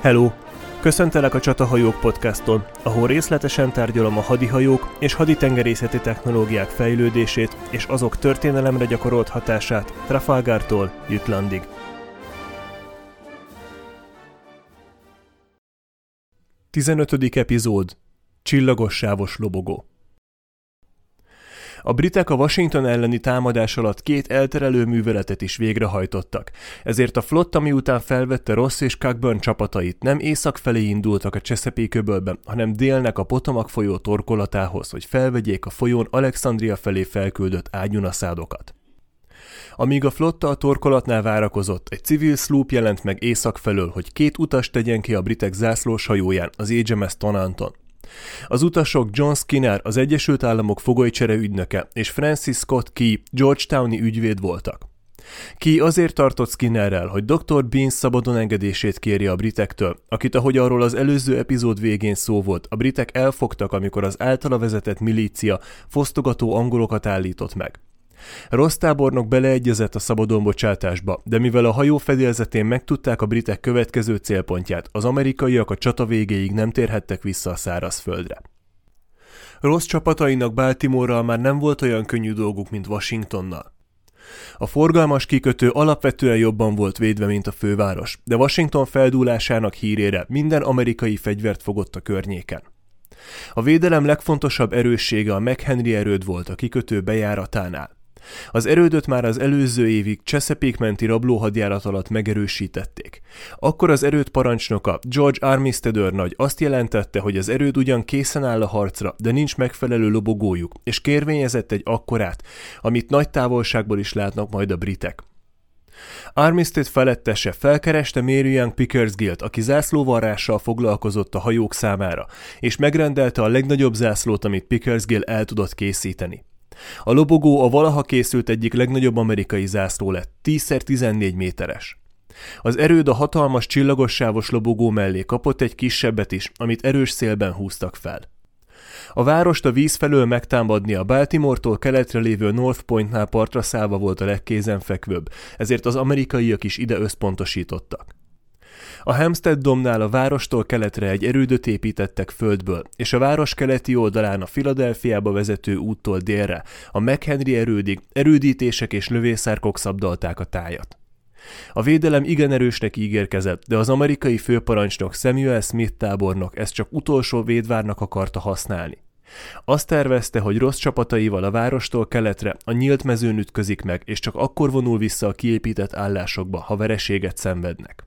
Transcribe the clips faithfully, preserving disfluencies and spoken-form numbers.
Hello! Köszöntelek a Csatahajók podcaston, ahol részletesen tárgyalom a hadihajók és haditengerészeti technológiák fejlődését és azok történelemre gyakorolt hatását Trafalgartól Jutlandig. tizenötödik epizód. Csillagos sávos lobogó. A britek a Washington elleni támadás alatt két elterelő műveletet is végrehajtottak, ezért a flotta miután felvette Ross és Cockburn csapatait nem észak felé indultak a Chesapeake-öbölben, hanem délnek a Potomac folyó torkolatához, hogy felvegyék a folyón Alexandria felé felküldött ágyúnaszádokat. Amíg a flotta a torkolatnál várakozott, egy civil sloop jelent meg észak felől, hogy két utast tegyen ki a britek zászlós hajóján, az há em es Tonanton. Az utasok John Skinner, az Egyesült Államok fogolycsere ügynöke, és Francis Scott Key, Georgetowni ügyvéd voltak. Key azért tartott Skinnerrel, hogy doktor Beans szabadon engedését kéri a britektől, akit, ahogy arról az előző epizód végén szó volt, a britek elfogtak, amikor az általa vezetett milícia fosztogató angolokat állított meg. Ross tábornok beleegyezett a szabadonbocsátásba, de mivel a hajó fedélzetén megtudták a britek következő célpontját, az amerikaiak a csata végéig nem térhettek vissza a szárazföldre. Ross csapatainak Baltimore-ral már nem volt olyan könnyű dolguk, mint Washingtonnal. A forgalmas kikötő alapvetően jobban volt védve, mint a főváros, de Washington feldúlásának hírére minden amerikai fegyvert fogott a környéken. A védelem legfontosabb erőssége a McHenry erőd volt a kikötő bejáratánál. Az erődöt már az előző évig Chesapeake menti rablóhadjárat alatt megerősítették. Akkor az erőd parancsnoka, George Armistead őrnagy azt jelentette, hogy az erőd ugyan készen áll a harcra, de nincs megfelelő lobogójuk, és kérvényezett egy akkorát, amit nagy távolságból is látnak majd a britek. Armistead felettese felkereste Mary Young Pickersgilt, aki zászlóvarrással foglalkozott a hajók számára, és megrendelte a legnagyobb zászlót, amit Pickersgill el tudott készíteni. A lobogó a valaha készült egyik legnagyobb amerikai zászló lett, tíz szer tizennégy méteres. Az erőd a hatalmas csillagossávos lobogó mellé kapott egy kisebbet is, amit erős szélben húztak fel. A várost a víz felől megtámadni a Baltimore-tól keletre lévő North Point-nál partra szállva volt a legkézenfekvőbb, ezért az amerikaiak is ide összpontosítottak. A Hempstead dombnál a várostól keletre egy erődöt építettek földből, és a város keleti oldalán a Philadelphiába vezető úttól délre, a McHenry erődig erődítések és lövészárkok szabdalták a tájat. A védelem igen erősnek ígérkezett, de az amerikai főparancsnok Samuel Smith tábornok ezt csak utolsó védvárnak akarta használni. Azt tervezte, hogy Ross csapataival a várostól keletre a nyílt mezőn ütközik meg, és csak akkor vonul vissza a kiépített állásokba, ha vereséget szenvednek.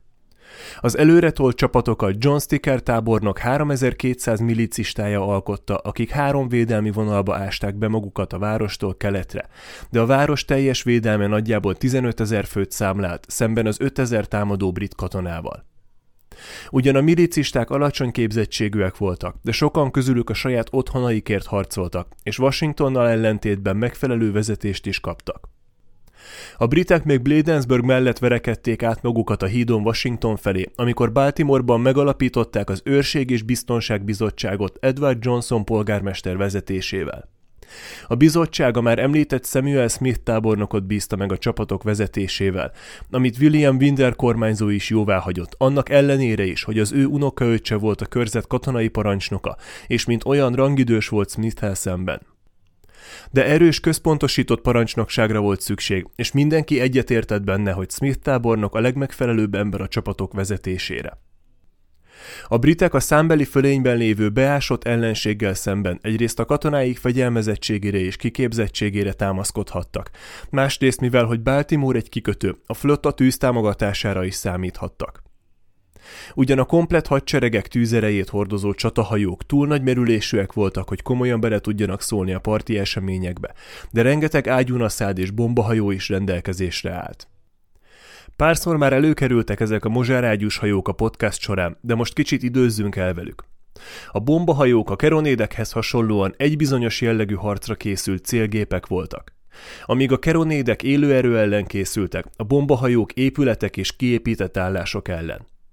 Az előretolt csapatokat John Sticker tábornok háromezer-kétszáz milicistája alkotta, akik három védelmi vonalba ásták be magukat a várostól keletre, de a város teljes védelme nagyjából tizenötezer főt számlált, szemben az ötezer támadó brit katonával. Ugyan a milicisták alacsony képzettségűek voltak, de sokan közülük a saját otthonaikért harcoltak, és Washingtonnal ellentétben megfelelő vezetést is kaptak. A britek még Bladensburg mellett verekedték át magukat a hídon Washington felé, amikor Baltimoreban megalapították az Őrség és Biztonság Bizottságot Edward Johnson polgármester vezetésével. A bizottság a már említett Samuel Smith tábornokot bízta meg a csapatok vezetésével, amit William Winder kormányzó is jóváhagyott, annak ellenére is, hogy az ő unokaöccse volt a körzet katonai parancsnoka, és mint olyan rangidős volt Smith-tel szemben. De erős központosított parancsnokságra volt szükség, és mindenki egyetértett benne, hogy Smith tábornok a legmegfelelőbb ember a csapatok vezetésére. A britek a számbeli fölényben lévő beásott ellenséggel szemben egyrészt a katonáik fegyelmezettségére és kiképzettségére támaszkodhattak, másrészt mivel, hogy Baltimore egy kikötő, a flotta tűztámogatására is számíthattak. Ugyan a komplett hadseregek tűzerejét hordozó csatahajók túl nagy merülésűek voltak, hogy komolyan bele tudjanak szólni a parti eseményekbe, de rengeteg ágyúnaszád és bombahajó is rendelkezésre állt. Párszor már előkerültek ezek a mozsárágyús hajók a podcast során, de most kicsit időzzünk el velük. A bombahajók a keronédekhez hasonlóan egy bizonyos jellegű harcra készült célgépek voltak. Amíg a keronédek élőerő ellen készültek, a bombahajók épületek és kiépített állások ellen.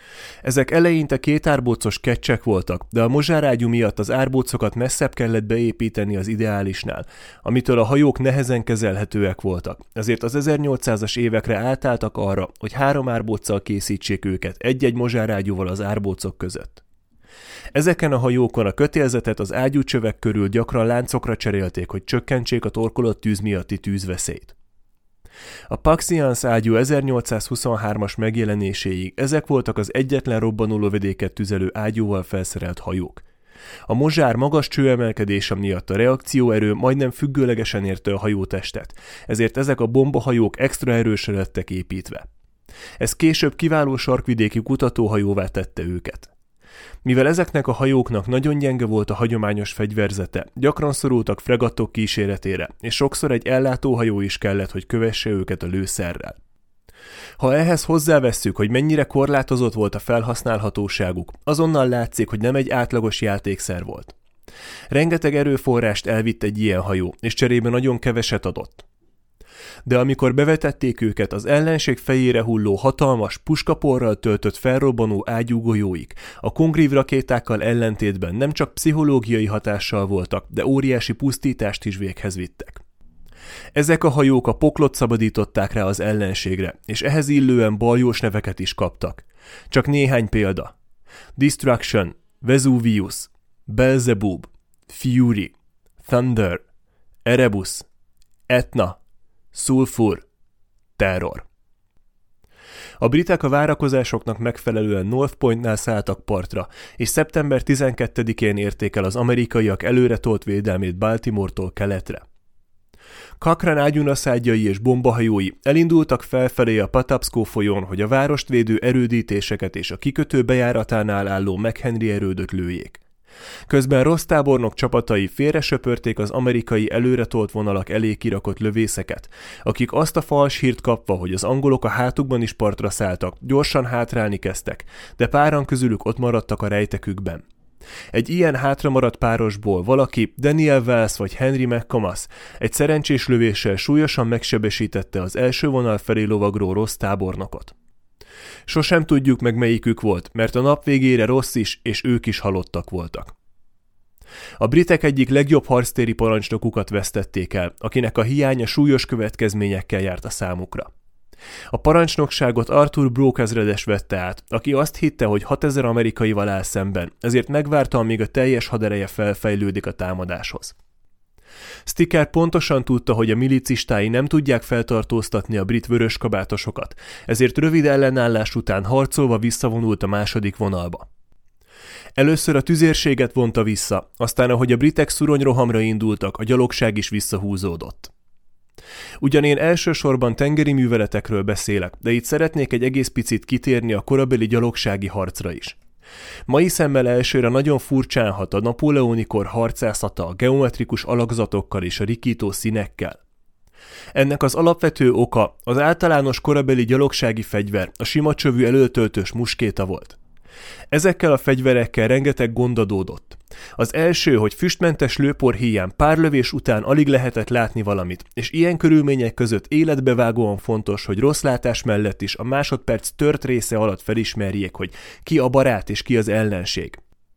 Ezek eleinte két árbócos kecsek voltak, de a mozsárágyú miatt az árbócokat messzebb kellett beépíteni az ideálisnál, amitől a hajók nehezen kezelhetőek voltak, ezért az ezernyolcszázas évekre átálltak arra, hogy három árbóccal készítsék őket egy-egy mozsárágyúval az árbócok között. Ezeken a hajókon a kötélzetet az ágyúcsövek körül gyakran láncokra cserélték, hogy csökkentsék a torkolott tűz miatti tűzveszélyt. A Paxiance ágyú ezernyolcszázhuszonhármas megjelenéséig ezek voltak az egyetlen robbanólövedéket tüzelő ágyúval felszerelt hajók. A mozsár magas csőemelkedése miatt a reakcióerő majdnem függőlegesen érte a hajótestet, ezért ezek a bombahajók extra erősre lettek építve. Ez később kiváló sarkvidéki kutatóhajóvá tette őket. Mivel ezeknek a hajóknak nagyon gyenge volt a hagyományos fegyverzete, gyakran szorultak fregattok kíséretére, és sokszor egy ellátóhajó is kellett, hogy kövesse őket a lőszerrel. Ha ehhez hozzávesszük, hogy mennyire korlátozott volt a felhasználhatóságuk, azonnal látszik, hogy nem egy átlagos játékszer volt. Rengeteg erőforrást elvitt egy ilyen hajó, és cserébe nagyon keveset adott. De amikor bevetették őket, az ellenség fejére hulló hatalmas, puskaporral töltött felrobbanó ágyúgolyóik a kongrív rakétákkal ellentétben nem csak pszichológiai hatással voltak, de óriási pusztítást is véghez vittek. Ezek a hajók a poklot szabadították rá az ellenségre, és ehhez illően baljós neveket is kaptak. Csak néhány példa. Destruction, Vesuvius, Beelzebub, Fury, Thunder, Erebus, Etna, Sulfur, Terror. A britek a várakozásoknak megfelelően North Pointnál szálltak partra, és szeptember tizenkettedikén érték el az amerikaiak előretolt védelmét Baltimore-tól keletre. Cochrane ágyúnaszádjai és bombahajói elindultak felfelé a Patapsco folyón, hogy a várost védő erődítéseket és a kikötő bejáratánál álló McHenry erődöt lőjék. Közben Ross tábornok csapatai félresöpörték az amerikai előretolt vonalak elé kirakott lövészeket, akik azt a fals hírt kapva, hogy az angolok a hátukban is partra szálltak, gyorsan hátrálni kezdtek, de páran közülük ott maradtak a rejtekükben. Egy ilyen hátramaradt párosból valaki, Daniel Wells vagy Henry McComas egy szerencsés lövéssel súlyosan megsebesítette az első vonal felé lovagró Ross tábornokot. Sosem tudjuk meg, melyikük volt, mert a nap végére Ross is és ők is halottak voltak. A britek egyik legjobb harctéri parancsnokukat vesztették el, akinek a hiánya súlyos következményekkel járt a számukra. A parancsnokságot Arthur Broke ezredes vette át, aki azt hitte, hogy hatezer amerikaival áll szemben, ezért megvárta, amíg a teljes hadereje felfejlődik a támadáshoz. Sticker pontosan tudta, hogy a milicistái nem tudják feltartóztatni a brit vöröskabátosokat, ezért rövid ellenállás után harcolva visszavonult a második vonalba. Először a tüzérséget vonta vissza, aztán ahogy a britek szuronyrohamra indultak, a gyalogság is visszahúzódott. Ugyan én elsősorban tengeri műveletekről beszélek, de itt szeretnék egy egész picit kitérni a korabeli gyalogsági harcra is. Mai szemmel elsőre nagyon furcsán hat a napóleoni kor harcászata a geometrikus alakzatokkal és a rikító színekkel. Ennek az alapvető oka az általános korabeli gyalogsági fegyver, a sima csövű előtöltős muskéta volt. Ezekkel a fegyverekkel rengeteg gond adódott. Az első, hogy füstmentes lőpor híján pár lövés után alig lehetett látni valamit, és ilyen körülmények között életbevágóan fontos, hogy rossz látás mellett is a másodperc tört része alatt felismerjék, hogy ki a barát és ki az ellenség.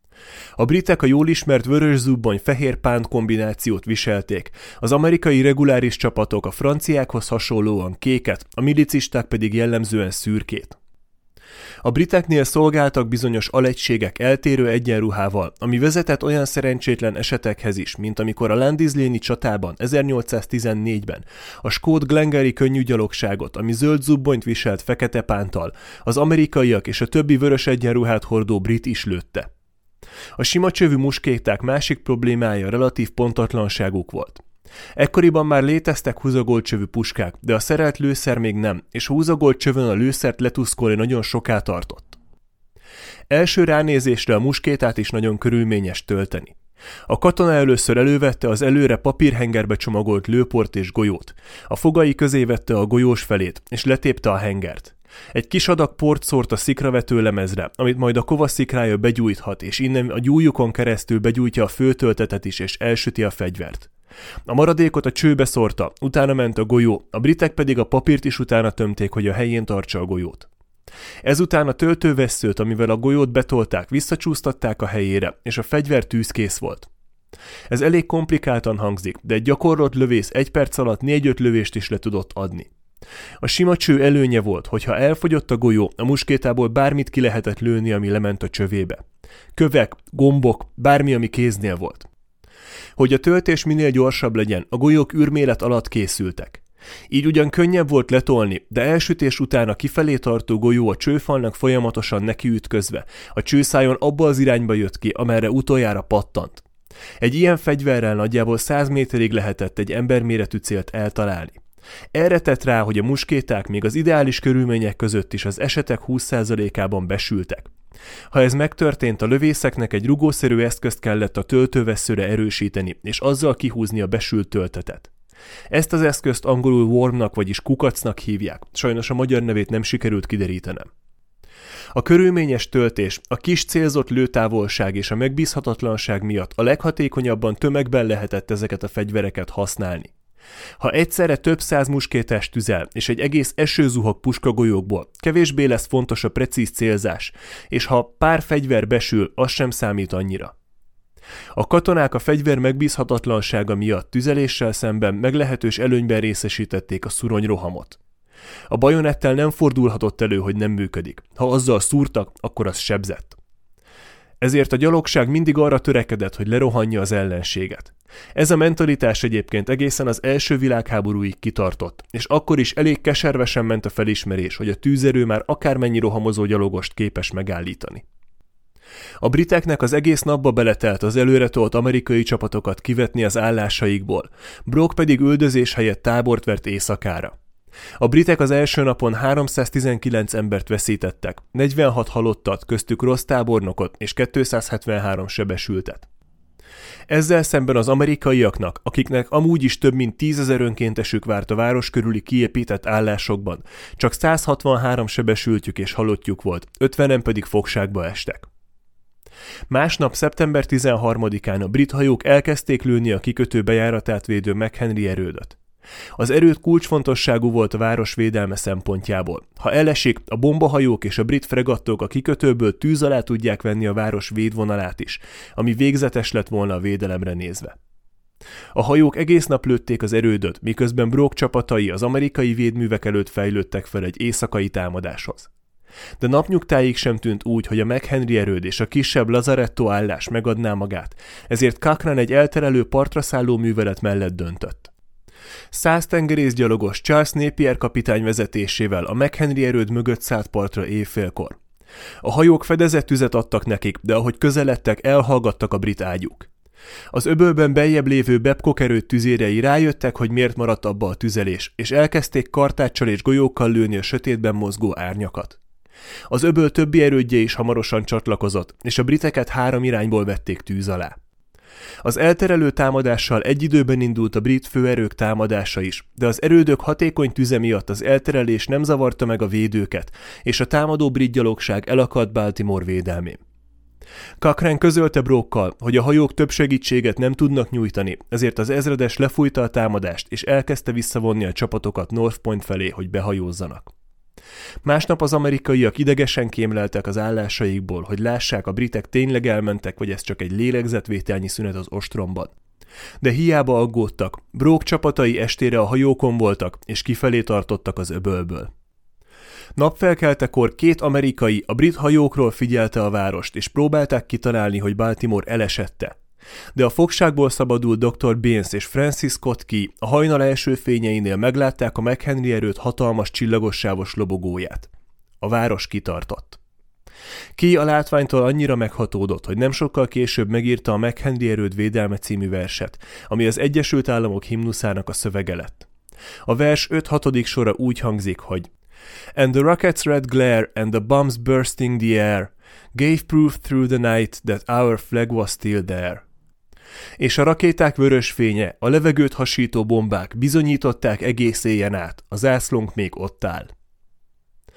A britek a jól ismert vörös zubbony fehér pánt kombinációt viselték, az amerikai reguláris csapatok a franciákhoz hasonlóan kéket, a milicisták pedig jellemzően szürkét. A briteknél szolgáltak bizonyos alegységek eltérő egyenruhával, ami vezetett olyan szerencsétlen esetekhez is, mint amikor a Landisléni csatában ezernyolcszáztizennégyben a skót Glengarry könnyűgyalogságot, ami zöld zubbonyt viselt fekete pántal, az amerikaiak és a többi vörös egyenruhát hordó brit is lőtte. A sima csövű muskéták másik problémája relatív pontatlanságuk volt. Ekkoriban már léteztek húzagolt csövű puskák, de a szerelt lőszer még nem, és húzagolt csövön a lőszert letuszkolni nagyon soká tartott. Első ránézésre a muskétát is nagyon körülményes tölteni. A katona először elővette az előre papírhengerbe csomagolt lőport és golyót, a fogai közé vette a golyós felét, és letépte a hengert. Egy kis adag port szórt a szikravető lemezre, amit majd a kova szikrája begyújthat, és innen a gyújjukon keresztül begyújtja a főtöltetet is, és elsüti a fegyvert. A maradékot a csőbe szórta, utána ment a golyó, a britek pedig a papírt is utána tömték, hogy a helyén tartsa a golyót. Ezután a töltővesszőt, amivel a golyót betolták, visszacsúsztatták a helyére, és a fegyver tűzkész volt. Ez elég komplikáltan hangzik, de egy gyakorlott lövész egy perc alatt négy-öt lövést is le tudott adni. A sima cső előnye volt, hogy ha elfogyott a golyó, a muskétából bármit ki lehetett lőni, ami lement a csövébe. Kövek, gombok, bármi, ami kéznél volt. Hogy a töltés minél gyorsabb legyen, a golyók űrmélet alatt készültek. Így ugyan könnyebb volt letolni, de elsütés után a kifelé tartó golyó a csőfalnak folyamatosan nekiütközve, a csőszájon abba az irányba jött ki, amerre utoljára pattant. Egy ilyen fegyverrel nagyjából száz méterig lehetett egy emberméretű célt eltalálni. Erre tett rá, hogy a muskéták még az ideális körülmények között is az esetek húsz százalékában besültek. Ha ez megtörtént, a lövészeknek egy rugószerű eszközt kellett a töltővesszőre erősíteni, és azzal kihúzni a besült töltetet. Ezt az eszközt angolul wormnak, vagyis kukacnak hívják, sajnos a magyar nevét nem sikerült kiderítenem. A körülményes töltés, a kis célzott lőtávolság és a megbízhatatlanság miatt a leghatékonyabban tömegben lehetett ezeket a fegyvereket használni. Ha egyszerre több száz muskétást tüzel, és egy egész eső zuhog puskagolyókból, kevésbé lesz fontos a precíz célzás, és ha pár fegyver besül, az sem számít annyira. A katonák a fegyver megbízhatatlansága miatt tüzeléssel szemben meglehetős előnyben részesítették a szuronyrohamot. A bajonettel nem fordulhatott elő, hogy nem működik. Ha azzal szúrtak, akkor az sebzett. Ezért a gyalogság mindig arra törekedett, hogy lerohanja az ellenséget. Ez a mentalitás egyébként egészen az első világháborúig kitartott, és akkor is elég keservesen ment a felismerés, hogy a tűzerő már akármennyi rohamozó gyalogost képes megállítani. A briteknek az egész napba beletelt az előretolt amerikai csapatokat kivetni az állásaikból, Brock pedig üldözés helyett tábort vert éjszakára. A britek az első napon háromszáztizenkilenc embert veszítettek, negyvenhat halottat, köztük rossz tábornokot és kétszázhetvenhárom sebesültet. Ezzel szemben az amerikaiaknak, akiknek amúgy is több mint tízezer önkéntesük várt a város körüli kiépített állásokban, csak száz hatvanhárom sebesültjük és halottjuk volt, ötvenen pedig fogságba estek. Másnap, szeptember tizenharmadikán a brit hajók elkezdték lőni a kikötő bejáratát védő McHenry erődöt. Az erőd kulcsfontosságú volt a város védelme szempontjából. Ha elesik, a bombahajók és a brit fregattok a kikötőből tűz alá tudják venni a város védvonalát is, ami végzetes lett volna a védelemre nézve. A hajók egész nap lőtték az erődöt, miközben Brock csapatai az amerikai védművek előtt fejlődtek fel egy éjszakai támadáshoz. De napnyugtáig sem tűnt úgy, hogy a McHenry erőd és a kisebb Lazaretto állás megadná magát, ezért Cochrane egy elterelő partra szálló művelet mellett döntött. Száz tengerészgyalogos Charles Napier kapitány vezetésével a McHenry erőd mögött szállt partra éjfélkor. A hajók fedezett tüzet adtak nekik, de ahogy közeledtek, elhallgattak a brit ágyuk. Az öbölben beljebb lévő Babcock erőd tüzérei rájöttek, hogy miért maradt abba a tüzelés, és elkezdték kartáccsal és golyókkal lőni a sötétben mozgó árnyakat. Az öböl többi erődje is hamarosan csatlakozott, és a briteket három irányból vették tűz alá. Az elterelő támadással egy időben indult a brit főerők támadása is, de az erődök hatékony tüze miatt az elterelés nem zavarta meg a védőket, és a támadó brit gyalogság elakadt Baltimore védelmén. Cochrane közölte Brockkal, hogy a hajók több segítséget nem tudnak nyújtani, ezért az ezredes lefújta a támadást, és elkezdte visszavonni a csapatokat North Point felé, hogy behajózzanak. Másnap az amerikaiak idegesen kémleltek az állásaikból, hogy lássák, a britek tényleg elmentek, vagy ez csak egy lélegzetvételnyi szünet az ostromban. De hiába aggódtak, Brock csapatai estére a hajókon voltak, és kifelé tartottak az öbölből. Napfelkeltekor két amerikai a brit hajókról figyelte a várost, és próbálták kitalálni, hogy Baltimore elesette. De a fogságból szabadult doktor Baines és Francis Scott Key a hajnal első fényeinél meglátták a McHenry erőd hatalmas csillagossávos lobogóját. A város kitartott. Key a látványtól annyira meghatódott, hogy nem sokkal később megírta a McHenry erőd védelme című verset, ami az Egyesült Államok himnuszának a szövege lett. A vers öt-hatodik sora úgy hangzik, hogy And the rocket's red glare and the bombs bursting the air gave proof through the night that our flag was still there. És a rakéták vörös fénye, a levegőt hasító bombák bizonyították egész éjjel át, a zászlónk még ott áll.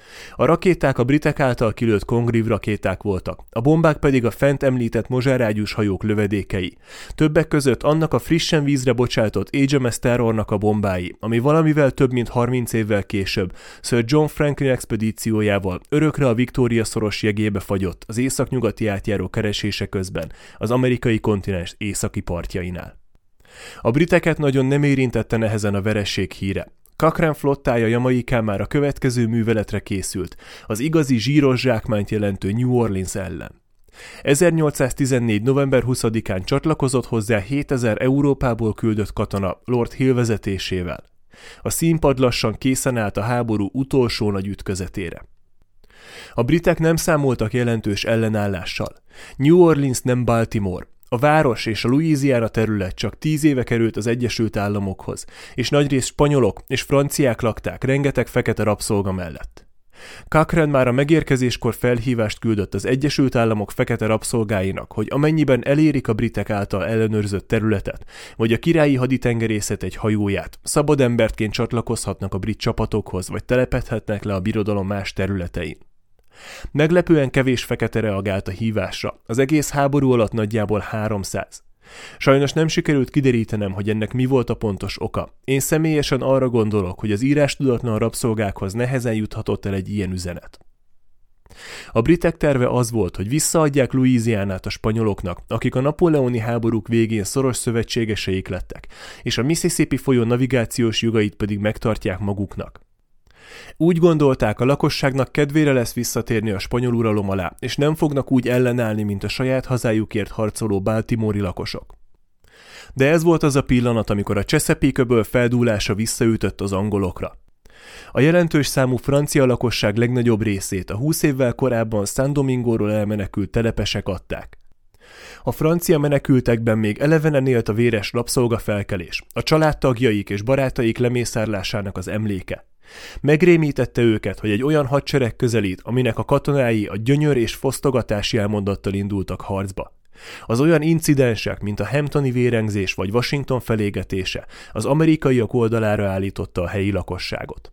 A rakéták a britek által kilőtt Congreve rakéták voltak, a bombák pedig a fent említett mozsárágyús hajók lövedékei. Többek között annak a frissen vízre bocsátott há em es Terrornak a bombái, ami valamivel több mint harminc évvel később Sir John Franklin expedíciójával örökre a Victoria-szoros jegébe fagyott az északnyugati átjáró keresése közben az amerikai kontinens északi partjainál. A briteket nagyon nem érintette nehezen a veresség híre. Cochrane flottája Jamaicán már a következő műveletre készült, az igazi zsíros zsákmányt jelentő New Orleans ellen. ezernyolcszáztizennégy. november huszadikán csatlakozott hozzá hétezer Európából küldött katona Lord Hill vezetésével. A színpad lassan készen állt a háború utolsó nagy ütközetére. A britek nem számoltak jelentős ellenállással. New Orleans nem Baltimore. A város és a Louisiana terület csak tíz éve került az Egyesült Államokhoz, és nagyrészt spanyolok és franciák lakták rengeteg fekete rabszolga mellett. Cochrane már a megérkezéskor felhívást küldött az Egyesült Államok fekete rabszolgáinak, hogy amennyiben elérik a britek által ellenőrzött területet, vagy a királyi haditengerészet egy hajóját, szabad embertként csatlakozhatnak a brit csapatokhoz, vagy telepedhetnek le a birodalom más területein. Meglepően kevés fekete reagált a hívásra, az egész háború alatt nagyjából háromszáz. Sajnos nem sikerült kiderítenem, hogy ennek mi volt a pontos oka. Én személyesen arra gondolok, hogy az írástudatlan rabszolgákhoz nehezen juthatott el egy ilyen üzenet. A britek terve az volt, hogy visszaadják Louisianát a spanyoloknak, akik a napóleoni háborúk végén szoros szövetségeseik lettek, és a Mississippi folyó navigációs jogait pedig megtartják maguknak. Úgy gondolták, a lakosságnak kedvére lesz visszatérni a spanyol uralom alá, és nem fognak úgy ellenállni, mint a saját hazájukért harcoló baltimore-i lakosok. De ez volt az a pillanat, amikor a Chesapeake-öböl feldúlása visszaütött az angolokra. A jelentős számú francia lakosság legnagyobb részét a húsz évvel korábban San Domingóról elmenekült telepesek adták. A francia menekültekben még elevenen élt a véres rabszolgafelkelés, a családtagjaik és barátaik lemészárlásának az emléke. Megrémítette őket, hogy egy olyan hadsereg közelít, aminek a katonái a gyönyör és fosztogatási elmondattal indultak harcba. Az olyan incidensek, mint a hamptoni vérengzés vagy Washington felégetése, az amerikaiak oldalára állította a helyi lakosságot.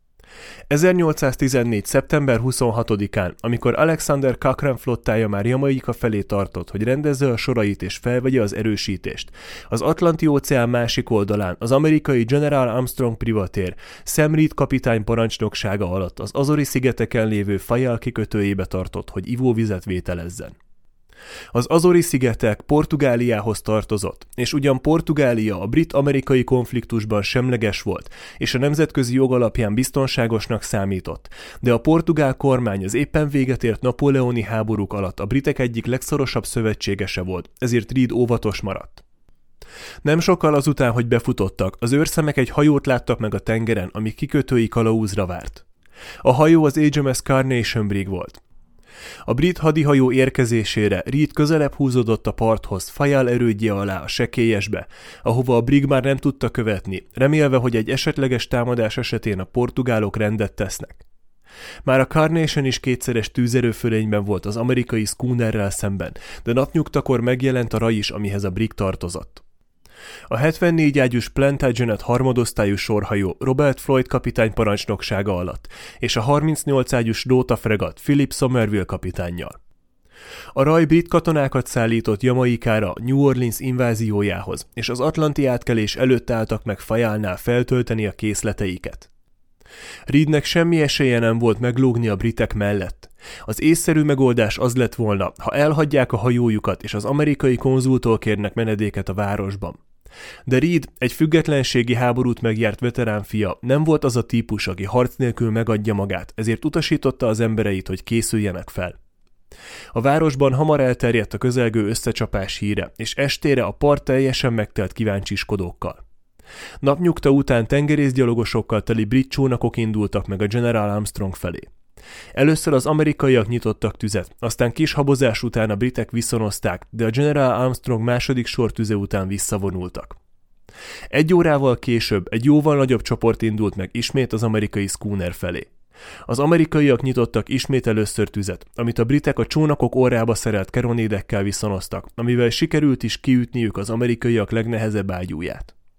ezernyolcszáztizennégy. szeptember huszonhatodikán, amikor Alexander Cochrane flottája már Jamaica felé tartott, hogy rendezze a sorait és felvegye az erősítést, az Atlanti-óceán másik oldalán az amerikai General Armstrong privatér Sam Reed kapitány parancsnoksága alatt az Azori-szigeteken lévő Fayal kikötőjébe tartott, hogy ivóvizet vételezzen. Az Azori-szigetek Portugáliához tartozott, és ugyan Portugália a brit-amerikai konfliktusban semleges volt, és a nemzetközi jog alapján biztonságosnak számított, de a portugál kormány az éppen véget ért napóleoni háborúk alatt a britek egyik legszorosabb szövetségese volt, ezért Reed óvatos maradt. Nem sokkal azután, hogy befutottak, az őrszemek egy hajót láttak meg a tengeren, ami kikötői kalauzra várt. A hajó az há em es Carnation Brig volt. A brit hadihajó érkezésére Reed közelebb húzódott a parthoz, Fayal erődje alá a sekélyesbe, ahova a brig már nem tudta követni, remélve, hogy egy esetleges támadás esetén a portugálok rendet tesznek. Már a Carnation is kétszeres tűzerőfölényben volt az amerikai schoonerrel szemben, de napnyugtakor megjelent a raj is, amihez a brig tartozott. A hetvennégy ágyús Plantagenet harmadosztályú sorhajó Robert Floyd kapitány parancsnoksága alatt, és a harmincnyolc ágyús Rota fregat Philip Somerville kapitánnyal. A raj brit katonákat szállított Jamaikára New Orleans inváziójához, és az atlanti átkelés előtt álltak meg Fayalnál feltölteni a készleteiket. Reednek semmi esélye nem volt meglógni a britek mellett. Az észszerű megoldás az lett volna, ha elhagyják a hajójukat és az amerikai konzultól kérnek menedéket a városban. De Reed, egy függetlenségi háborút megjárt veterán fia, nem volt az a típus, aki harc nélkül megadja magát, ezért utasította az embereit, hogy készüljenek fel. A városban hamar elterjedt a közelgő összecsapás híre, és estére a part teljesen megtelt kíváncsiskodókkal. Napnyugta után tengerészgyalogosokkal teli brit csónakok indultak meg a General Armstrong felé. Először az amerikaiak nyitottak tüzet, aztán kis habozás után a britek viszonozták, de a General Armstrong második sortüze után visszavonultak. Egy órával később egy jóval nagyobb csoport indult meg ismét az amerikai schooner felé. Az amerikaiak nyitottak ismét először tüzet, amit a britek a csónakok orrába szerelt keronédekkel viszonoztak, amivel sikerült is kiütniük az amerikaiak legnehezebb ágyúját.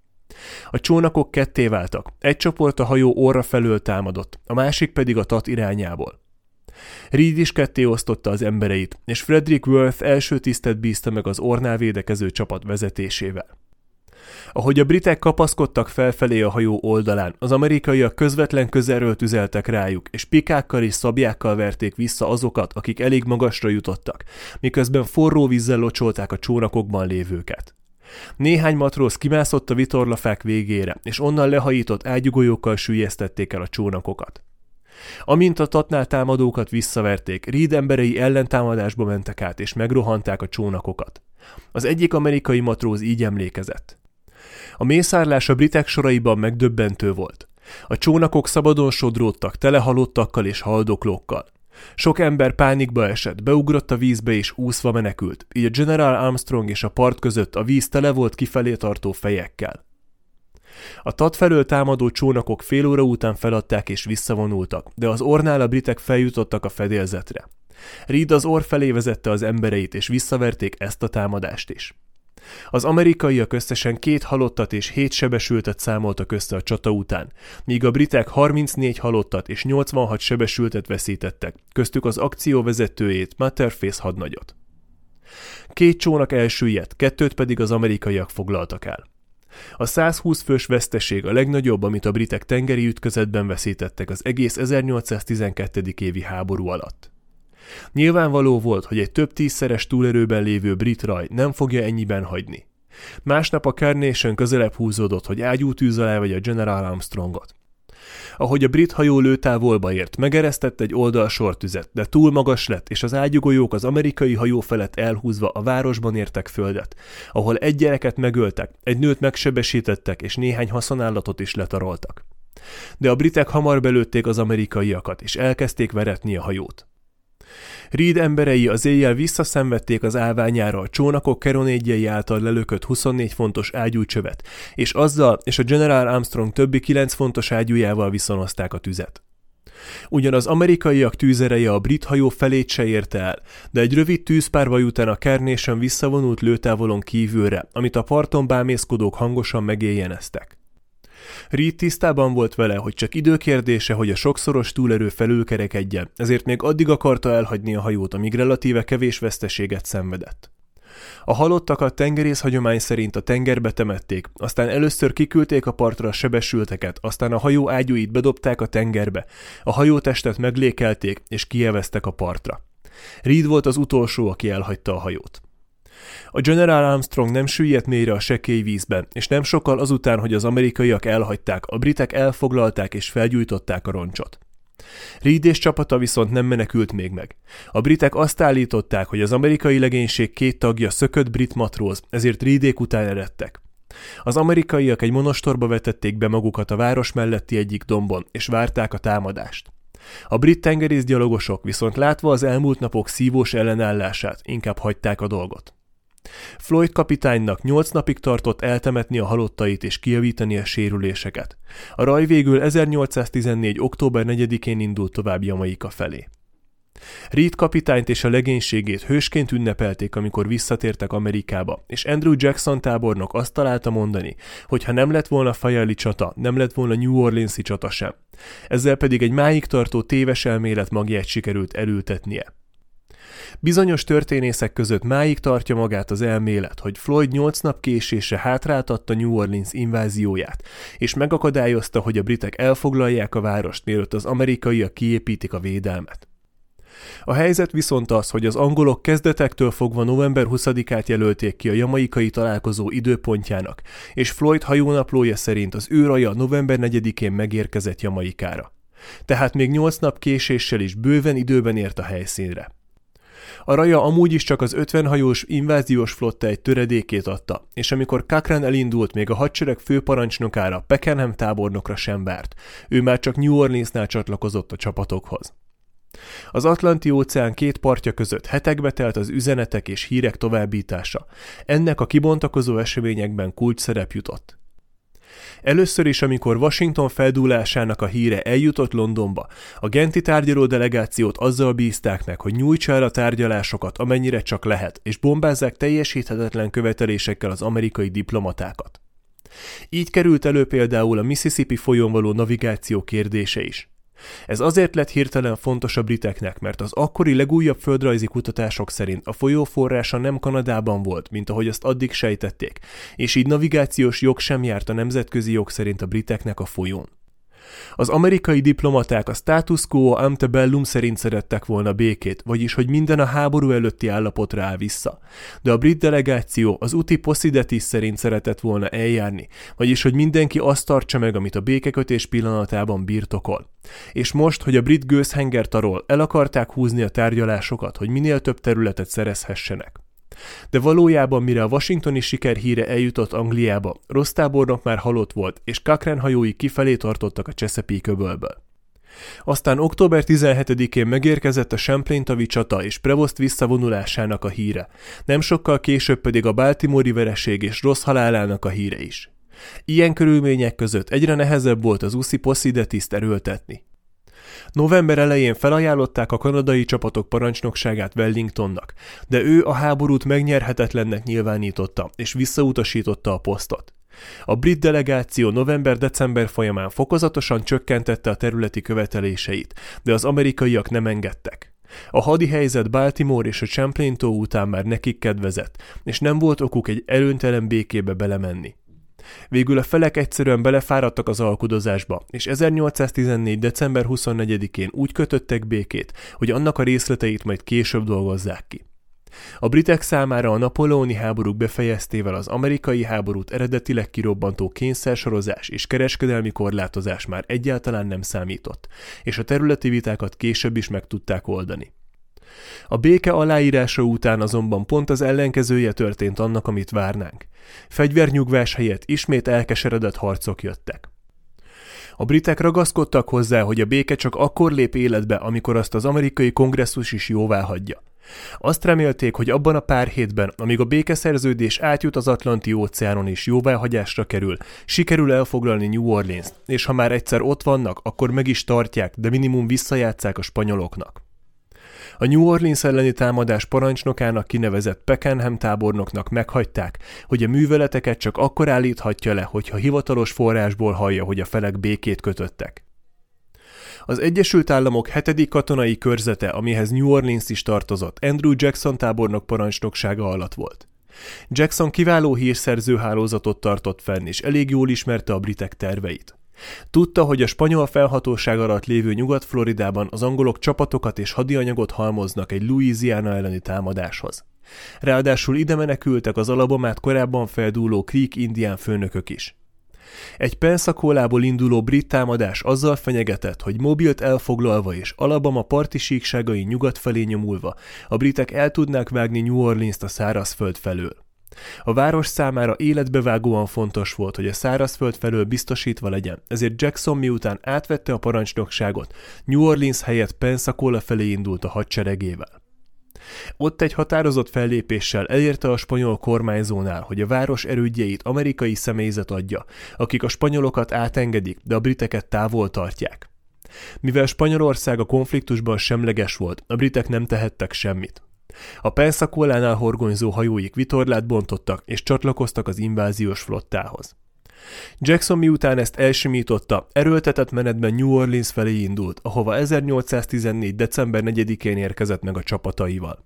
A csónakok ketté váltak, egy csoport a hajó orra felől támadott, a másik pedig a Tat irányából. Reed is ketté osztotta az embereit, és Frederick Worth első tisztet bízta meg az orrnál védekező csapat vezetésével. Ahogy a britek kapaszkodtak felfelé a hajó oldalán, az amerikaiak közvetlen közelről tüzeltek rájuk, és pikákkal és szabjákkal verték vissza azokat, akik elég magasra jutottak, miközben forró vízzel locsolták a csónakokban lévőket. Néhány matróz kimászott a vitorlafák végére, és onnan lehajított ágyúgolyókkal süllyesztették el a csónakokat. Amint a Tatnál támadókat visszaverték, Reed emberei ellentámadásba mentek át, és megrohanták a csónakokat. Az egyik amerikai matróz így emlékezett. A mészárlás a britek soraiban megdöbbentő volt. A csónakok szabadon sodródtak, tele halottakkal és haldoklókkal. Sok ember pánikba esett, beugrott a vízbe és úszva menekült, így a General Armstrong és a part között a víz tele volt kifelé tartó fejekkel. A Tat felől támadó csónakok fél óra után feladták és visszavonultak, de az orrnál a britek feljutottak a fedélzetre. Reed az orr felé vezette az embereit, és visszaverték ezt a támadást is. Az amerikaiak összesen két halottat és hét sebesültet számoltak össze a csata után, míg a britek harmincnégy halottat és nyolcvanhat sebesültet veszítettek, köztük az akció vezetőjét, Matterface hadnagyot. Két csónak elsüllyedt, kettőt pedig az amerikaiak foglaltak el. A százhúsz fős veszteség a legnagyobb, amit a britek tengeri ütközetben veszítettek az egész ezernyolcszáztizenkettő. évi háború alatt. Nyilvánvaló volt, hogy egy több tízszeres túlerőben lévő brit raj nem fogja ennyiben hagyni. Másnap a Carnation közelebb húzódott, hogy ágyútűz alá vegye a General Armstrongot. Ahogy a brit hajó lőtávolba ért, megeresztett egy oldalsortüzet, de túl magas lett, és az ágyúgolyók az amerikai hajó felett elhúzva a városban értek földet, ahol egy gyereket megöltek, egy nőt megsebesítettek, és néhány haszonállatot is letaroltak. De a britek hamar belőtték az amerikaiakat, és elkezdték veretni a hajót. Reed emberei az éjjel visszaszenvedték az állványára a csónakok keronédjei által lelökött huszonnégy fontos ágyúcsövet, és azzal és a General Armstrong többi kilenc fontos ágyújával viszonozták a tüzet. Ugyan az amerikaiak tűzereje a brit hajó felét se érte el, de egy rövid tűzpárvaj után a Carnation visszavonult lőtávolon kívülre, amit a parton bámészkodók hangosan megéjjeneztek. Reed tisztában volt vele, hogy csak időkérdése, hogy a sokszoros túlerő felülkerekedjen, ezért még addig akarta elhagyni a hajót, amíg relatíve kevés veszteséget szenvedett. A halottakat tengerész hagyomány szerint a tengerbe temették, aztán először kiküldték a partra a sebesülteket, aztán a hajó ágyúit bedobták a tengerbe, a hajótestet meglékelték és kielveztek a partra. Reed volt az utolsó, aki elhagyta a hajót. A General Armstrong nem süllyedt mélyre a sekély vízben, és nem sokkal azután, hogy az amerikaiak elhagyták, a britek elfoglalták és felgyújtották a roncsot. Reed és csapata viszont nem menekült még meg. A britek azt állították, hogy az amerikai legénység két tagja szökött brit matróz, ezért Reedék után eredtek. Az amerikaiak egy monostorba vetették be magukat a város melletti egyik dombon, és várták a támadást. A brit tengerészgyalogosok viszont látva az elmúlt napok szívós ellenállását, inkább hagyták a dolgot. Floyd kapitánynak nyolc napig tartott eltemetni a halottait és kijavítani a sérüléseket. A raj végül ezernyolcszáztizennégy. október negyedikén indult tovább Jamaika felé. Reed kapitányt és a legénységét hősként ünnepelték, amikor visszatértek Amerikába, és Andrew Jackson tábornok azt találta mondani, hogy ha nem lett volna Fairley csata, nem lett volna New Orleans-i csata sem. Ezzel pedig egy máig tartó téves elmélet magját sikerült elültetnie. Bizonyos történészek között máig tartja magát az elmélet, hogy Floyd nyolc nap késése hátráltatta New Orleans invázióját, és megakadályozta, hogy a britek elfoglalják a várost, mielőtt az amerikaiak kiépítik a védelmet. A helyzet viszont az, hogy az angolok kezdetektől fogva november huszadikát jelölték ki a jamaikai találkozó időpontjának, és Floyd hajónaplója szerint az ő raja november negyedikén megérkezett Jamaikára. Tehát még nyolc nap késéssel is bőven időben ért a helyszínre. A raja amúgy is csak az ötven hajós inváziós flotta egy töredékét adta, és amikor Cochrane elindult, még a hadsereg főparancsnokára, Pakenham tábornokra sem várt, ő már csak New Orleansnál csatlakozott a csapatokhoz. Az Atlanti-óceán két partja között hetekbe telt az üzenetek és hírek továbbítása, ennek a kibontakozó eseményekben kulcs szerep jutott. Először is, amikor Washington feldúlásának a híre eljutott Londonba, a genti tárgyaló delegációt azzal bízták meg, hogy nyújtsa el a tárgyalásokat, amennyire csak lehet, és bombázzák teljesíthetetlen követelésekkel az amerikai diplomatákat. Így került elő például a Mississippi folyón való navigáció kérdése is. Ez azért lett hirtelen fontos a briteknek, mert az akkori legújabb földrajzi kutatások szerint a folyó forrása nem Kanadában volt, mint ahogy azt addig sejtették, és így navigációs jog sem járt a nemzetközi jog szerint a briteknek a folyón. Az amerikai diplomaták a status quo ante bellum szerint szerettek volna békét, vagyis hogy minden a háború előtti állapotra áll vissza. De a brit delegáció az uti possidetis szerint szeretett volna eljárni, vagyis hogy mindenki azt tartsa meg, amit a békekötés pillanatában birtokol. És most, hogy a brit gőzhengertarról el akarták húzni a tárgyalásokat, hogy minél több területet szerezhessenek. De valójában mire a washingtoni siker híre eljutott Angliába, Ross tábornok már halott volt, és Cochrane hajói kifelé tartottak a Chesapeake-öbölből. Aztán október tizenhetedikén megérkezett a Champlain-tavi csata és Prevost visszavonulásának a híre, nem sokkal később pedig a baltimore-i vereség és Ross halálának a híre is. Ilyen körülmények között egyre nehezebb volt az uti possidetis-t erőltetni. November elején felajánlották a kanadai csapatok parancsnokságát Wellingtonnak, de ő a háborút megnyerhetetlennek nyilvánította, és visszautasította a posztot. A brit delegáció november-december folyamán fokozatosan csökkentette a területi követeléseit, de az amerikaiak nem engedtek. A hadi helyzet Baltimore és a Champlain-tó után már nekik kedvezett, és nem volt okuk egy előnytelen békébe belemenni. Végül a felek egyszerűen belefáradtak az alkudozásba, és ezernyolcszáztizennégy. december huszonnegyedikén úgy kötöttek békét, hogy annak a részleteit majd később dolgozzák ki. A britek számára a napóleoni háborúk befejeztével az amerikai háborút eredetileg kirobbantó kényszersorozás és kereskedelmi korlátozás már egyáltalán nem számított, és a területi vitákat később is meg tudták oldani. A béke aláírása után azonban pont az ellenkezője történt annak, amit várnánk. Fegyvernyugvás helyett ismét elkeseredett harcok jöttek. A britek ragaszkodtak hozzá, hogy a béke csak akkor lép életbe, amikor azt az amerikai kongresszus is jóváhagyja. Azt remélték, hogy abban a pár hétben, amíg a békeszerződés átjut az Atlanti-óceánon és jóváhagyásra kerül, sikerül elfoglalni New Orleans-t, és ha már egyszer ott vannak, akkor meg is tartják, de minimum visszajátsszák a spanyoloknak. A New Orleans elleni támadás parancsnokának kinevezett Pakenham tábornoknak meghagyták, hogy a műveleteket csak akkor állíthatja le, hogyha hivatalos forrásból hallja, hogy a felek békét kötöttek. Az Egyesült Államok hetedik katonai körzete, amihez New Orleans is tartozott, Andrew Jackson tábornok parancsnoksága alatt volt. Jackson kiváló hírszerző hálózatot tartott fenn, és elég jól ismerte a britek terveit. Tudta, hogy a spanyol felhatóság alatt lévő Nyugat-Floridában az angolok csapatokat és hadianyagot halmoznak egy Louisiana elleni támadáshoz. Ráadásul ide menekültek az Alabamát korábban feldúló Creek indián főnökök is. Egy Pensacolaból induló brit támadás azzal fenyegetett, hogy Mobilt elfoglalva és Alabama parti síkságai nyugat felé nyomulva a britek el tudnák vágni New Orleans-t a szárazföld felől. A város számára életbevágóan fontos volt, hogy a szárazföld felől biztosítva legyen, ezért Jackson miután átvette a parancsnokságot, New Orleans helyett Pensacola felé indult a hadseregével. Ott egy határozott fellépéssel elérte a spanyol kormányzónál, hogy a város erődjeit amerikai személyzet adja, akik a spanyolokat átengedik, de a briteket távol tartják. Mivel Spanyolország a konfliktusban semleges volt, a britek nem tehettek semmit. A Pensacolánál horgonyzó hajóik vitorlát bontottak és csatlakoztak az inváziós flottához. Jackson miután ezt elsimította, erőltetett menetben New Orleans felé indult, ahova ezernyolcszáztizennégy. december negyedikén érkezett meg a csapataival.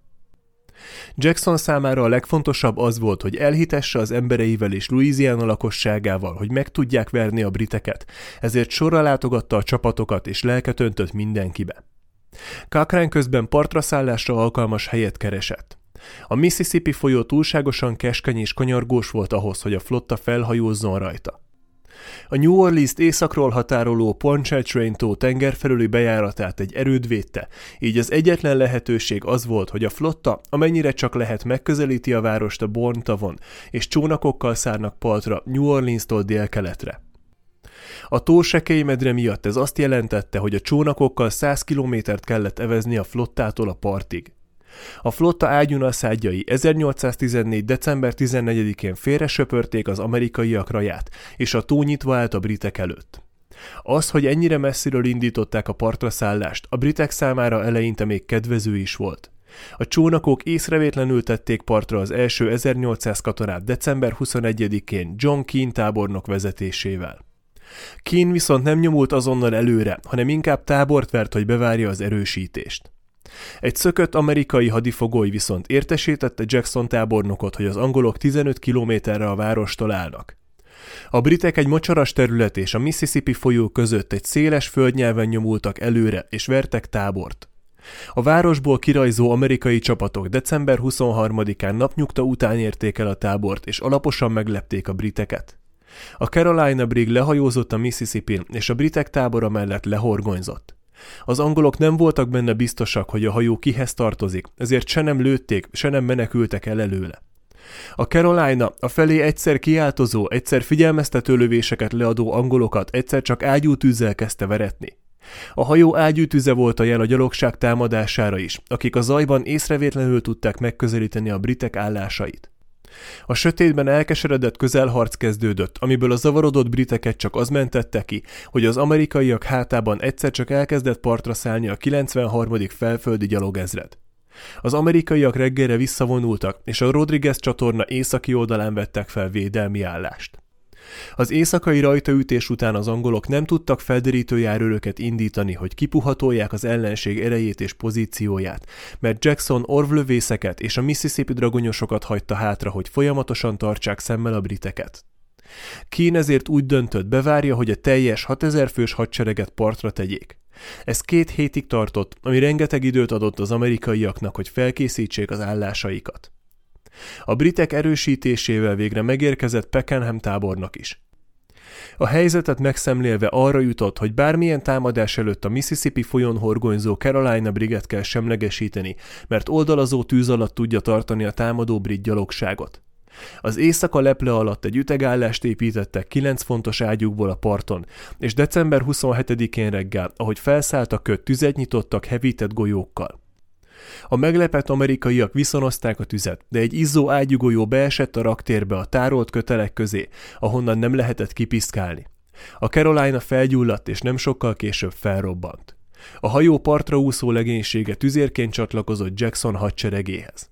Jackson számára a legfontosabb az volt, hogy elhitesse az embereivel és Louisiana lakosságával, hogy meg tudják verni a briteket, ezért sorra látogatta a csapatokat és lelket öntött mindenkibe. Cochrane közben partraszállásra alkalmas helyet keresett. A Mississippi folyó túlságosan keskeny és kanyargós volt ahhoz, hogy a flotta felhajózzon rajta. A New Orleans-t északról határoló Pontchartrain-tó tengerfelüli bejáratát egy erőd védte, így az egyetlen lehetőség az volt, hogy a flotta amennyire csak lehet megközelíti a várost a Bourne tavon, és csónakokkal szárnak partra New Orleans-tól délkeletre. A tó sekély medre miatt ez azt jelentette, hogy a csónakokkal száz kilométert kellett evezni a flottától a partig. A flotta ágyúnaszádjai ezernyolcszáztizennégy. december tizennegyedikén félre söpörték az amerikaiak raját, és a tó nyitva állt a britek előtt. Az, hogy ennyire messziről indították a partraszállást, a britek számára eleinte még kedvező is volt. A csónakok észrevétlenül tették partra az első ezernyolcszáz katonát december huszonegyedikén John Keane tábornok vezetésével. Keane viszont nem nyomult azonnal előre, hanem inkább tábort vert, hogy bevárja az erősítést. Egy szökött amerikai hadifogoly viszont értesítette Jackson tábornokot, hogy az angolok tizenöt kilométerre a várostól állnak. A britek egy mocsaras terület és a Mississippi folyó között egy széles földnyelven nyomultak előre és vertek tábort. A városból kirajzó amerikai csapatok december huszonharmadikán napnyugta után érték el a tábort és alaposan meglepték a briteket. A Carolina Brig lehajózott a Mississippin és a britek tábora mellett lehorgonyzott. Az angolok nem voltak benne biztosak, hogy a hajó kihez tartozik, ezért se nem lőtték, se nem menekültek el előle. A Carolina a felé egyszer kiáltozó, egyszer figyelmeztető lövéseket leadó angolokat egyszer csak ágyútűzzel kezdte veretni. A hajó ágyútűze volt a jel a gyalogság támadására is, akik a zajban észrevétlenül tudták megközelíteni a britek állásait. A sötétben elkeseredett közelharc kezdődött, amiből a zavarodott briteket csak az mentette ki, hogy az amerikaiak hátában egyszer csak elkezdett partra szállni a kilencvenharmadik felföldi gyalogezred. Az amerikaiak reggelre visszavonultak, és a Rodriguez csatorna északi oldalán vettek fel védelmi állást. Az éjszakai rajtaütés után az angolok nem tudtak felderítő járőröket indítani, hogy kipuhatolják az ellenség erejét és pozícióját, mert Jackson orvlövészeket és a Mississippi dragonyosokat hagyta hátra, hogy folyamatosan tartsák szemmel a briteket. Keane ezért úgy döntött, bevárja, hogy a teljes hatezer fős hadsereget partra tegyék. Ez két hétig tartott, ami rengeteg időt adott az amerikaiaknak, hogy felkészítsék az állásaikat. A britek erősítésével végre megérkezett Pakenham tábornok is. A helyzetet megszemlélve arra jutott, hogy bármilyen támadás előtt a Mississippi folyón horgonyzó Carolina Briget kell semlegesíteni, mert oldalazó tűz alatt tudja tartani a támadó brit gyalogságot. Az éjszaka leple alatt egy ütegállást építettek kilenc fontos ágyúkból a parton, és december huszonhetedikén reggel, ahogy felszállt a köt, tüzet nyitottak hevített golyókkal. A meglepett amerikaiak viszonozták a tüzet, de egy izzó ágyúgolyó beesett a raktérbe a tárolt kötelek közé, ahonnan nem lehetett kipiszkálni. A Carolina felgyulladt és nem sokkal később felrobbant. A hajó partra úszó legénysége tüzérként csatlakozott Jackson hadseregéhez.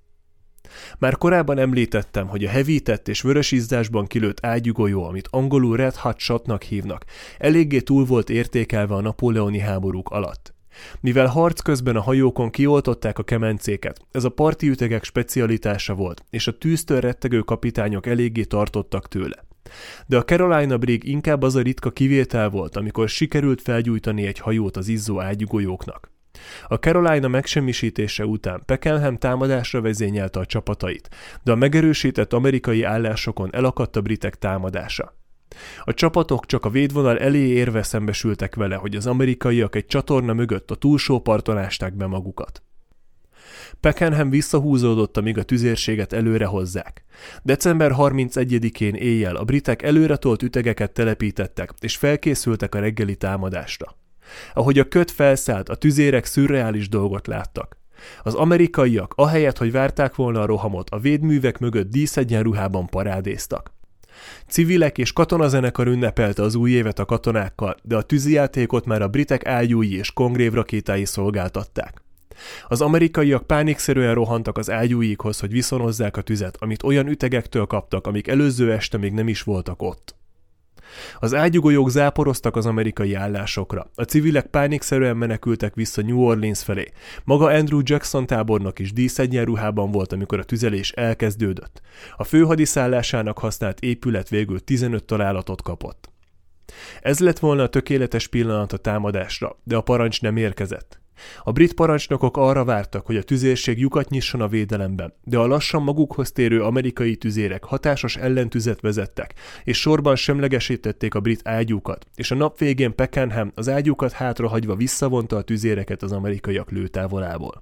Már korábban említettem, hogy a hevített és vörös izzásban kilőtt ágyúgolyó, amit angolul Red Hot Shotnak hívnak, eléggé túl volt értékelve a napóleoni háborúk alatt. Mivel harc közben a hajókon kioltották a kemencéket, ez a parti ütegek specialitása volt, és a tűztől rettegő kapitányok eléggé tartottak tőle. De a Carolina Brig inkább az a ritka kivétel volt, amikor sikerült felgyújtani egy hajót az izzó ágyúgolyóknak. A Carolina megsemmisítése után Pakenham támadásra vezényelte a csapatait, de a megerősített amerikai állásokon elakadt a britek támadása. A csapatok csak a védvonal elé érve szembesültek vele, hogy az amerikaiak egy csatorna mögött a túlsó parton ásták be magukat. Pakenham visszahúzódott, amíg a tüzérséget előre hozzák. december harmincegyedikén éjjel a britek előretolt ütegeket telepítettek, és felkészültek a reggeli támadásra. Ahogy a köt felszállt, a tüzérek szürreális dolgot láttak. Az amerikaiak, ahelyett, hogy várták volna a rohamot, a védművek mögött díszegyenruhában parádéztak. Civilek és katonazenekar ünnepelte az új évet a katonákkal, de a tűzijátékot már a britek ágyúi és kongrév rakétái szolgáltatták. Az amerikaiak pánikszerűen rohantak az ágyúikhoz, hogy viszonozzák a tüzet, amit olyan ütegektől kaptak, amik előző este még nem is voltak ott. Az ágyúgolyók záporoztak az amerikai állásokra, a civilek pánikszerűen menekültek vissza New Orleans felé. Maga Andrew Jackson tábornok is díszegyenruhában volt, amikor a tüzelés elkezdődött. A főhadiszállásának használt épület végül tizenöt találatot kapott. Ez lett volna a tökéletes pillanat a támadásra, de a parancs nem érkezett. A brit parancsnokok arra vártak, hogy a tüzérség lyukat nyisson a védelemben, de a lassan magukhoz térő amerikai tüzérek hatásos ellentüzet vezettek, és sorban semlegesítették a brit ágyúkat, és a nap végén Pakenham az ágyúkat hátrahagyva visszavonta a tüzéreket az amerikaiak lőtávolából.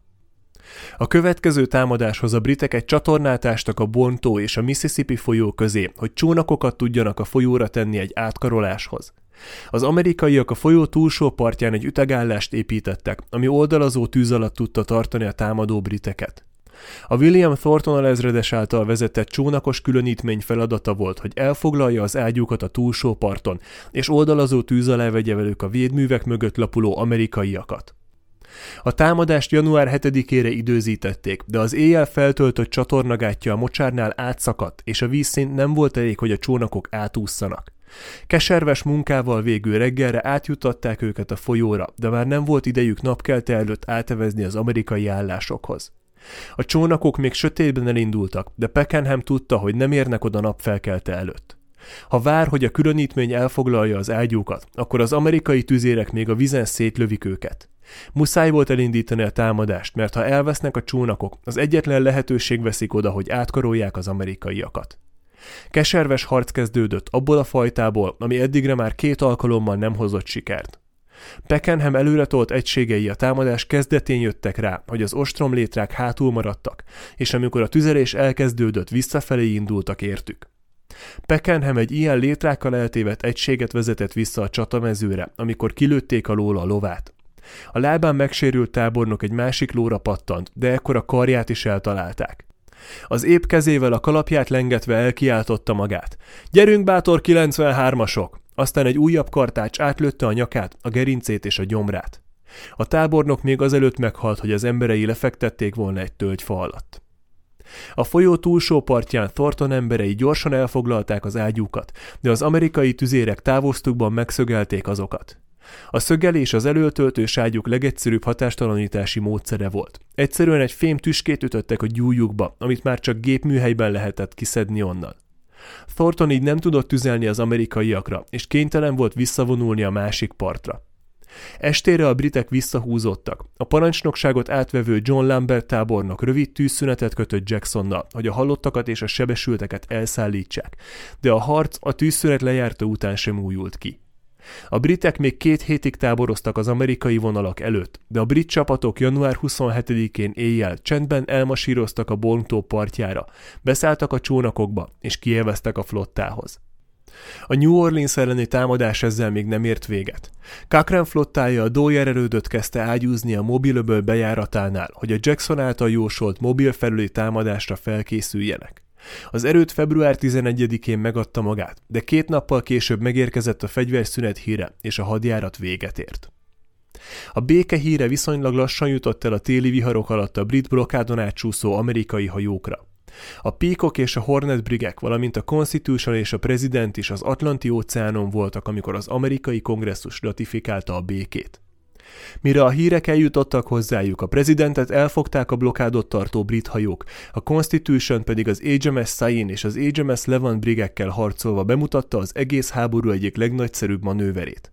A következő támadáshoz a britek egy csatornát ástak a Bourne tó és a Mississippi folyó közé, hogy csónakokat tudjanak a folyóra tenni egy átkaroláshoz. Az amerikaiak a folyó túlsó partján egy ütegállást építettek, ami oldalazó tűz alatt tudta tartani a támadó briteket. A William Thornton alezredes által vezetett csónakos különítmény feladata volt, hogy elfoglalja az ágyúkat a túlsó parton, és oldalazó tűz alá vegye velük a védművek mögött lapuló amerikaiakat. A támadást január hetedikére időzítették, de az éjjel feltöltött csatornagátja a mocsárnál átszakadt, és a vízszint nem volt elég, hogy a csónakok átússzanak. Keserves munkával végül reggelre átjuttatták őket a folyóra, de már nem volt idejük napkelte előtt átevezni az amerikai állásokhoz. A csónakok még sötétben elindultak, de Pakenham tudta, hogy nem érnek oda napfelkelte előtt. Ha vár, hogy a különítmény elfoglalja az ágyúkat, akkor az amerikai tüzérek még a vízen szétlövik őket. Muszáj volt elindítani a támadást, mert ha elvesznek a csónakok, az egyetlen lehetőség veszik oda, hogy átkarolják az amerikaiakat. Keserves harc kezdődött abból a fajtából, ami eddigre már két alkalommal nem hozott sikert. Pakenham előretolt egységei a támadás kezdetén jöttek rá, hogy az ostromlétrák hátul maradtak, és amikor a tüzelés elkezdődött, visszafelé indultak értük. Pakenham egy ilyen létrákkal eltévedt egységet vezetett vissza a csatamezőre, amikor kilőtték alóla a lovát. A lábán megsérült tábornok egy másik lóra pattant, de ekkor a karját is eltalálták. Az épp kezével a kalapját lengetve elkiáltotta magát. Gyerünk, bátor kilencvenhármasok! Aztán egy újabb kartács átlőtte a nyakát, a gerincét és a gyomrát. A tábornok még azelőtt meghalt, hogy az emberei lefektették volna egy tölgyfa alatt. A folyó túlsó partján Thornton emberei gyorsan elfoglalták az ágyúkat, de az amerikai tüzérek távoztukban megszögelték azokat. A szögelés az elöltöltős ágyúk legegyszerűbb hatástalanítási módszere volt. Egyszerűen egy fém tüskét ütöttek a gyújjukba, amit már csak gépműhelyben lehetett kiszedni onnan. Thornton így nem tudott tüzelni az amerikaiakra, és kénytelen volt visszavonulni a másik partra. Estére a britek visszahúzódtak. A parancsnokságot átvevő John Lambert tábornok rövid tűzszünetet kötött Jacksonnal, hogy a halottakat és a sebesülteket elszállítsák, de a harc a tűzszünet lejárta után sem újult ki. A britek még két hétig táboroztak az amerikai vonalak előtt, de a brit csapatok január huszonhetedikén éjjel csendben elmasíroztak a Bontó partjára, beszálltak a csónakokba és kielveztek a flottához. A New Orleans elleni támadás ezzel még nem ért véget. Cochrane flottája a Dwyer erődöt kezdte ágyúzni a Mobile-öböl bejáratánál, hogy a Jackson által jósolt Mobile felüli támadásra felkészüljenek. Az erőd február tizenegyedikén megadta magát, de két nappal később megérkezett a fegyverszünet híre, és a hadjárat véget ért. A béke híre viszonylag lassan jutott el a téli viharok alatt a brit blokádon átcsúszó amerikai hajókra. A Peacock és a Hornet brigek, valamint a Constitution és a President is az Atlanti-óceánon voltak, amikor az amerikai kongresszus ratifikálta a békét. Mire a hírek eljutottak hozzájuk, a Presidentet elfogták a blokádot tartó brit hajók, a Constitution pedig az há em es Sain és az há em es Levant brigekkel harcolva bemutatta az egész háború egyik legnagyszerűbb manőverét.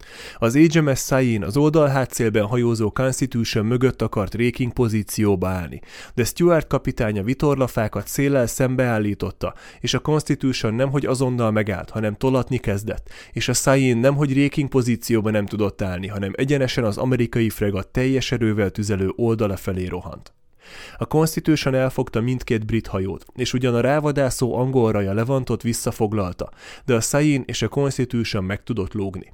Az há em es Sain az oldalhátszélben hajózó Constitution mögött akart réking pozícióba állni, de Stuart kapitánya vitorlafákat széllel szembeállította, és a Constitution nemhogy azonnal megállt, hanem tolatni kezdett, és a Sain nemhogy réking pozícióba nem tudott állni, hanem egyenesen az amerikai fregatt teljes erővel tüzelő oldala felé rohant. A Constitution elfogta mindkét brit hajót, és ugyan a rávadászó angol raja Levantot visszafoglalta, de a Sain és a Constitution meg tudott lógni.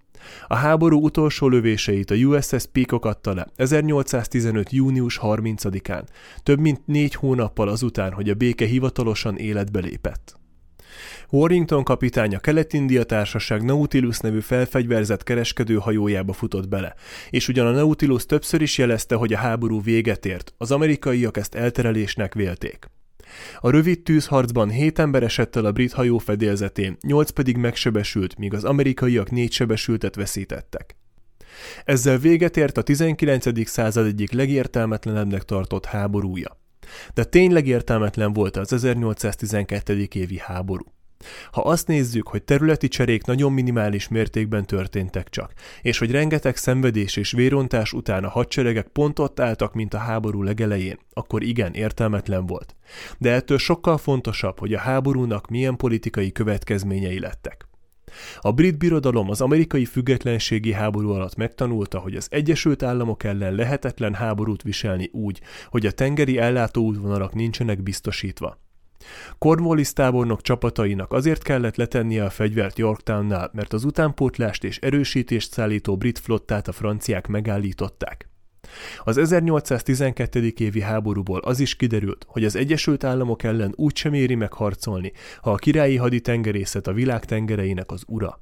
A háború utolsó lövéseit a u es es Peacock adta le ezernyolcszáztizenöt június harmincadikán, több mint négy hónappal azután, hogy a béke hivatalosan életbe lépett. Warrington kapitány a Kelet-India Társaság Nautilus nevű felfegyverzett kereskedőhajójába futott bele, és ugyan a Nautilus többször is jelezte, hogy a háború véget ért, az amerikaiak ezt elterelésnek vélték. A rövid tűzharcban hét ember esett el a brit hajó fedélzetén, nyolc pedig megsebesült, míg az amerikaiak négy sebesültet veszítettek. Ezzel véget ért a tizenkilencedik század egyik legértelmetlenebbnek tartott háborúja. De tényleg értelmetlen volt az ezernyolcszáztizenkettő. évi háború. Ha azt nézzük, hogy területi cserék nagyon minimális mértékben történtek csak, és hogy rengeteg szenvedés és vérontás után a hadseregek pont ott álltak, mint a háború legelején, akkor igen, értelmetlen volt. De ettől sokkal fontosabb, hogy a háborúnak milyen politikai következményei lettek. A brit birodalom az amerikai függetlenségi háború alatt megtanulta, hogy az Egyesült Államok ellen lehetetlen háborút viselni úgy, hogy a tengeri ellátóútvonalak nincsenek biztosítva. Cornwallis tábornok csapatainak azért kellett letennie a fegyvert Yorktownnál, mert az utánpótlást és erősítést szállító brit flottát a franciák megállították. Az ezernyolcszáztizenkettő. évi háborúból az is kiderült, hogy az Egyesült Államok ellen úgysem éri meg harcolni, ha a királyi haditengerészet a világ tengereinek az ura.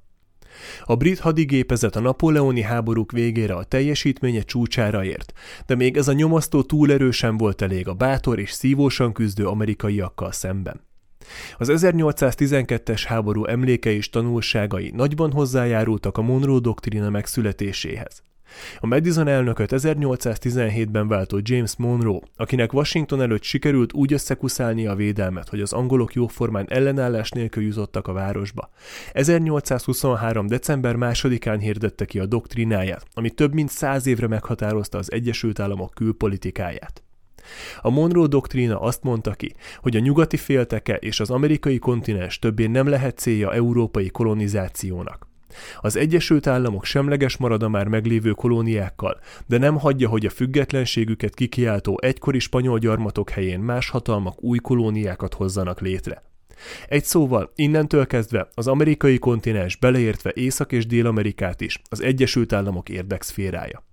A brit hadigépezet a napóleoni háborúk végére a teljesítménye csúcsára ért, de még ez a nyomasztó túl erősen volt elég a bátor és szívósan küzdő amerikaiakkal szemben. Az ezernyolcszáztizenkettes háború emlékei és tanulságai nagyban hozzájárultak a Monroe doktrína megszületéséhez. A Madison elnököt ezernyolcszáztizenhétben váltó James Monroe, akinek Washington előtt sikerült úgy összekuszálni a védelmet, hogy az angolok jóformán ellenállás nélkül jutottak a városba, ezernyolcszázhuszonhárom. december másodikán hirdette ki a doktrínáját, ami több mint száz évre meghatározta az Egyesült Államok külpolitikáját. A Monroe doktrína azt mondta ki, hogy a nyugati félteke és az amerikai kontinens többé nem lehet célja európai kolonizációnak. Az Egyesült Államok semleges marad a már meglévő kolóniákkal, de nem hagyja, hogy a függetlenségüket kikiáltó egykori spanyol gyarmatok helyén más hatalmak új kolóniákat hozzanak létre. Egy szóval, innentől kezdve az amerikai kontinens beleértve Észak- és Dél-Amerikát is az Egyesült Államok érdekszférája.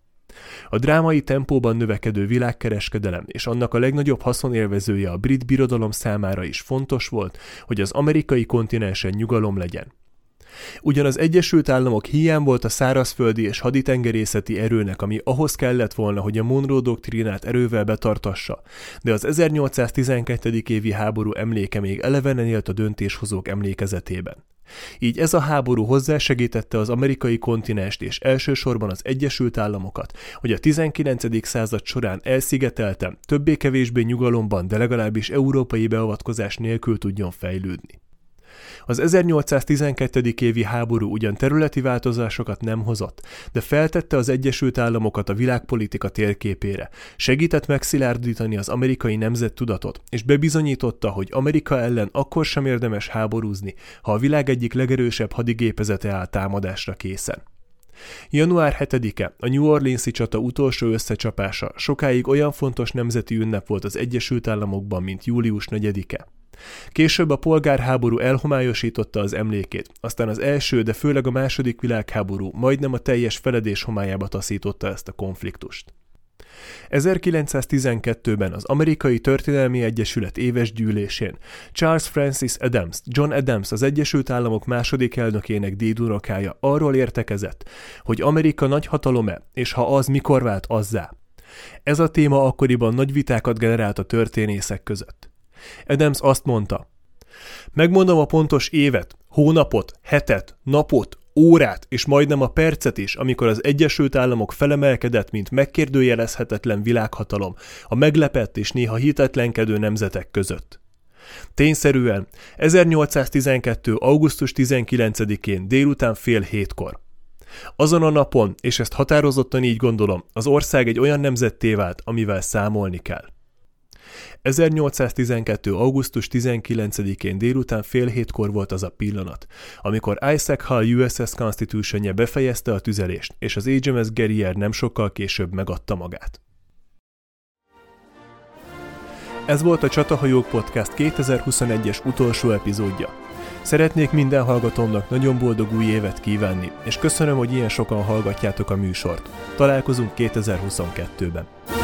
A drámai tempóban növekedő világkereskedelem és annak a legnagyobb haszonélvezője a brit birodalom számára is fontos volt, hogy az amerikai kontinensen nyugalom legyen. Ugyan az Egyesült Államok hiány volt a szárazföldi és haditengerészeti erőnek, ami ahhoz kellett volna, hogy a Monroe doktrínát erővel betartassa, de az ezernyolcszáztizenkettedik évi háború emléke még elevenen élt a döntéshozók emlékezetében. Így ez a háború hozzásegítette az amerikai kontinenst és elsősorban az Egyesült Államokat, hogy a tizenkilencedik század során elszigetelten, többé-kevésbé nyugalomban, de legalábbis európai beavatkozás nélkül tudjon fejlődni. Az ezernyolcszáztizenkettedik évi háború ugyan területi változásokat nem hozott, de feltette az Egyesült Államokat a világpolitika térképére, segített megszilárdítani az amerikai nemzettudatot, és bebizonyította, hogy Amerika ellen akkor sem érdemes háborúzni, ha a világ egyik legerősebb hadigépezete áll támadásra készen. január hetedike, a New Orleans-i csata utolsó összecsapása sokáig olyan fontos nemzeti ünnep volt az Egyesült Államokban, mint július negyedike. Később a polgárháború elhomályosította az emlékét, aztán az első, de főleg a második világháború majdnem a teljes feledés homályába taszította ezt a konfliktust. ezerkilencszáztizenkettőben az Amerikai Történelmi Egyesület éves gyűlésén Charles Francis Adams, John Adams az Egyesült Államok második elnökének dédunokája arról értekezett, hogy Amerika nagy hatalom-e, és ha az, mikor vált azzá. Ez a téma akkoriban nagy vitákat generált a történészek között. Adams azt mondta: megmondom a pontos évet, hónapot, hetet, napot, órát és majdnem a percet is, amikor az Egyesült Államok felemelkedett, mint megkérdőjelezhetetlen világhatalom a meglepett és néha hitetlenkedő nemzetek között. Tényszerűen ezernyolcszáztizenkettő. augusztus tizenkilencedikén délután fél hétkor. Azon a napon, és ezt határozottan így gondolom, az ország egy olyan nemzetté vált, amivel számolni kell. ezernyolcszáztizenkettő. augusztus tizenkilencedikén délután fél hétkor volt az a pillanat, amikor Isaac Hull U S S Constitutionje befejezte a tüzelést, és az H M S Guerrière nem sokkal később megadta magát. Ez volt a Csatahajók Podcast kétezer-huszonegyes utolsó epizódja. Szeretnék minden hallgatómnak nagyon boldog új évet kívánni, és köszönöm, hogy ilyen sokan hallgatjátok a műsort. Találkozunk kétezer-huszonkettőben.